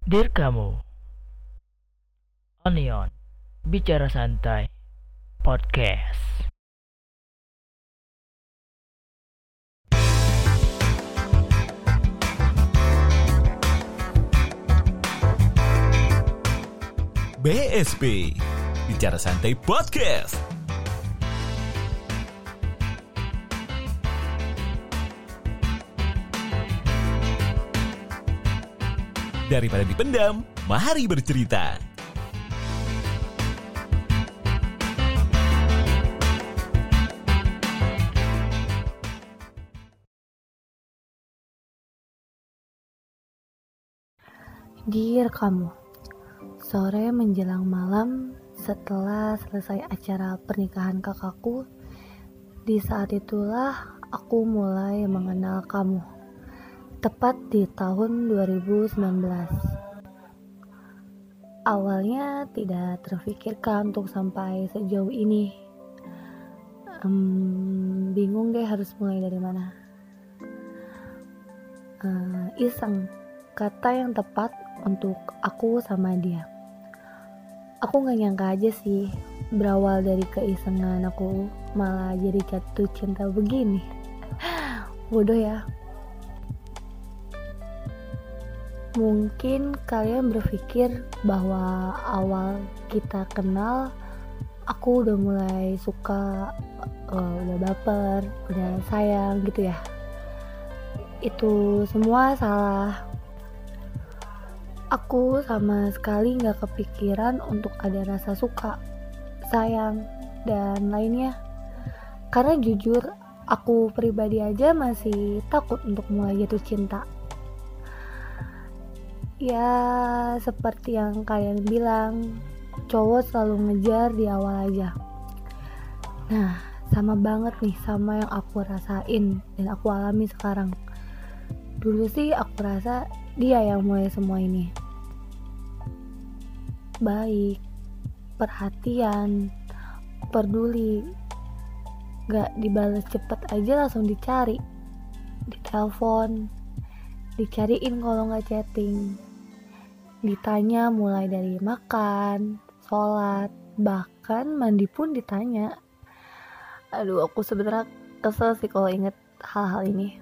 Dear kamu, Onion, bicara santai, podcast. BSP, bicara santai podcast. Daripada dipendam, mari bercerita. Dear kamu, sore menjelang malam setelah selesai acara pernikahan kakakku, di saat itulah aku mulai mengenal kamu. Tepat di tahun 2019. Awalnya tidak terfikirkan untuk sampai sejauh ini. Bingung deh harus mulai dari mana. Iseng, kata yang tepat untuk aku sama dia. Aku gak nyangka aja sih, berawal dari keisengan aku malah jadi jatuh cinta begini. Bodoh ya. Mungkin kalian berpikir bahwa awal kita kenal, aku udah mulai suka, udah baper, udah sayang gitu ya. Itu semua salah. Aku sama sekali gak kepikiran untuk ada rasa suka, sayang, dan lainnya. Karena jujur, aku pribadi aja masih takut untuk mulai jatuh cinta. Ya, seperti yang kalian bilang, cowok selalu ngejar di awal aja. Nah, sama banget nih sama yang aku rasain dan aku alami sekarang. Dulu sih aku rasa dia yang mulai semua ini. Baik, perhatian, peduli, gak dibales cepet aja langsung dicari, ditelepon, dicariin kalau gak chatting, ditanya mulai dari makan, sholat, bahkan mandi pun ditanya. Aduh, aku sebenarnya kesel sih kalau inget hal-hal ini.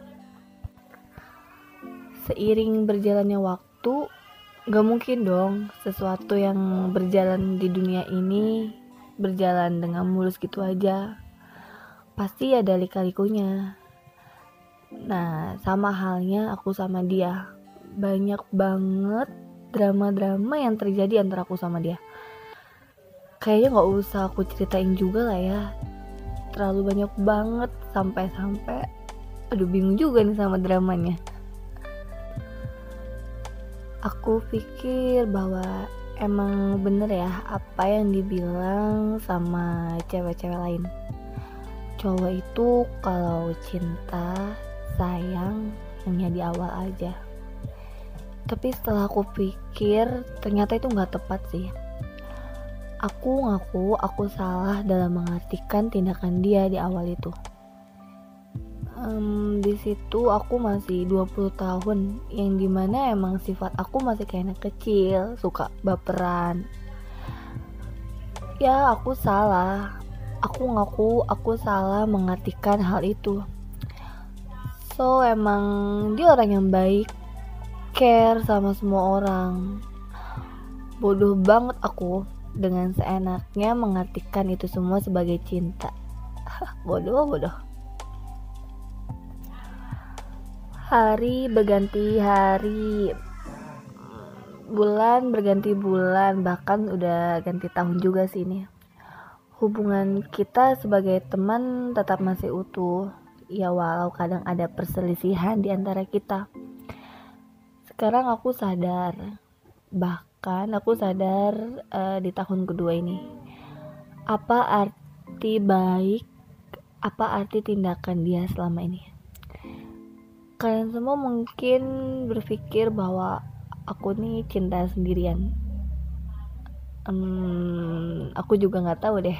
Seiring berjalannya waktu, gak mungkin dong sesuatu yang berjalan di dunia ini berjalan dengan mulus gitu aja. Pasti ada lika-likunya. Nah, sama halnya aku sama dia. Banyak banget drama-drama yang terjadi antara aku sama dia. Kayaknya gak usah aku ceritain juga lah ya. Terlalu banyak banget sampai aduh bingung juga nih sama dramanya. Aku pikir bahwa emang bener ya apa yang dibilang sama cewek-cewek lain. Cowok itu kalau cinta, sayang hanya di awal aja. Tapi setelah aku pikir ternyata itu gak tepat sih. Aku ngaku aku salah dalam mengartikan tindakan dia di awal itu. Di situ aku masih 20 tahun, yang dimana emang sifat aku masih kayak anak kecil, suka baperan. Ya aku salah. Aku ngaku aku salah mengartikan hal itu. So emang dia orang yang baik, care sama semua orang. Bodoh banget aku dengan seenaknya mengartikan itu semua sebagai cinta. Bodoh. Hari berganti hari, bulan berganti bulan, bahkan udah ganti tahun juga sih ini. Hubungan kita sebagai teman tetap masih utuh. Ya walau kadang ada perselisihan di antara kita. Sekarang aku sadar, bahkan aku sadar di tahun kedua ini, apa arti baik, apa arti tindakan dia selama ini. Kalian semua mungkin berpikir bahwa aku nih cinta sendirian. Aku juga nggak tahu deh.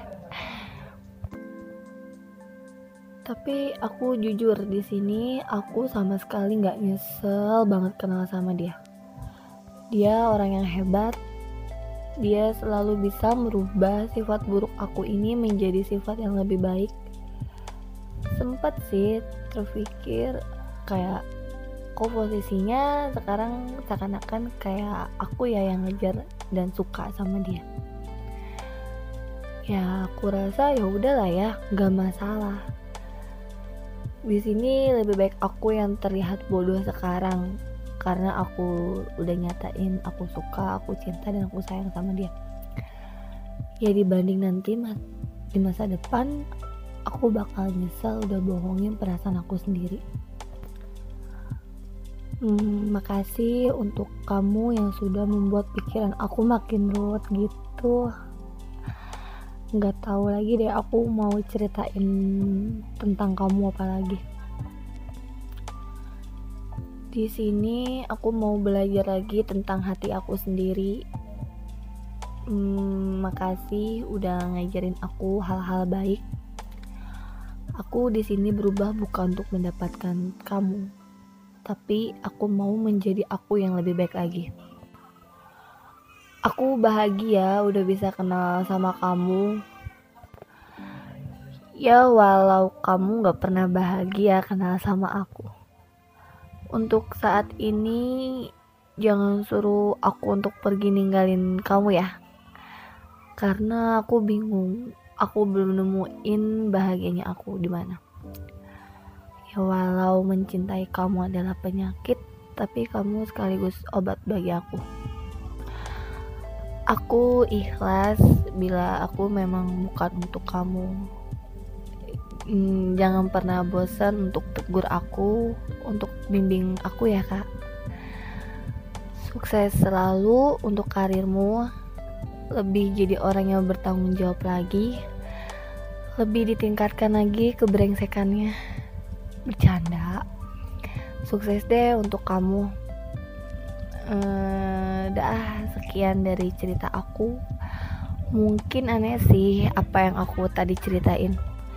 Tapi aku jujur di sini aku sama sekali nggak nyesel banget kenal sama dia. Dia orang yang hebat. Dia selalu bisa merubah sifat buruk aku ini menjadi sifat yang lebih baik. Sempat sih terpikir kayak kok posisinya sekarang seakan-akan kayak aku ya yang ngejar dan suka sama dia. Ya aku rasa ya udahlah ya, gak masalah. Di sini lebih baik aku yang terlihat bodoh sekarang karena aku udah nyatain aku suka, aku cinta dan aku sayang sama dia. Ya dibanding nanti di masa depan aku bakal nyesel udah bohongin perasaan aku sendiri. Makasih untuk kamu yang sudah membuat pikiran aku makin ruwet gitu. Nggak tahu lagi deh aku mau ceritain tentang kamu apa lagi. Di sini aku mau belajar lagi tentang hati aku sendiri. Makasih udah ngajarin aku hal-hal baik. Aku di sini berubah bukan untuk mendapatkan kamu, tapi aku mau menjadi aku yang lebih baik lagi. Aku bahagia udah bisa kenal sama kamu. Ya walau kamu gak pernah bahagia kenal sama aku. Untuk saat ini jangan suruh aku untuk pergi ninggalin kamu ya. Karena aku bingung, aku belum nemuin bahagianya aku di mana. Ya walau mencintai kamu adalah penyakit, tapi kamu sekaligus obat bagi aku. Aku ikhlas bila aku memang bukan untuk kamu. Jangan pernah bosan untuk tegur aku, untuk bimbing aku ya kak. Sukses selalu untuk karirmu. Lebih jadi orang yang bertanggung jawab lagi. Lebih ditingkatkan lagi kebrengsekannya. Bercanda. Sukses deh untuk kamu. Sekian dari cerita aku. Mungkin aneh sih apa yang aku tadi ceritain,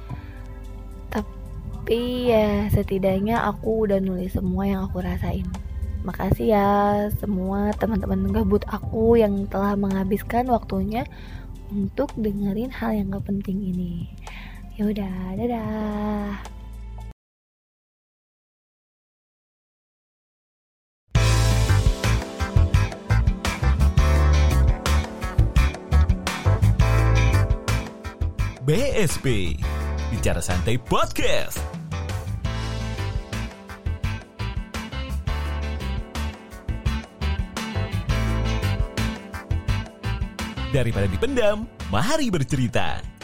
tapi ya setidaknya aku udah nulis semua yang aku rasain. Makasih ya semua teman-teman gabut aku yang telah menghabiskan waktunya untuk dengerin hal yang gak penting ini. Yaudah, dadah. BSP, Bicara Santai Podcast. Daripada dipendam, mari bercerita.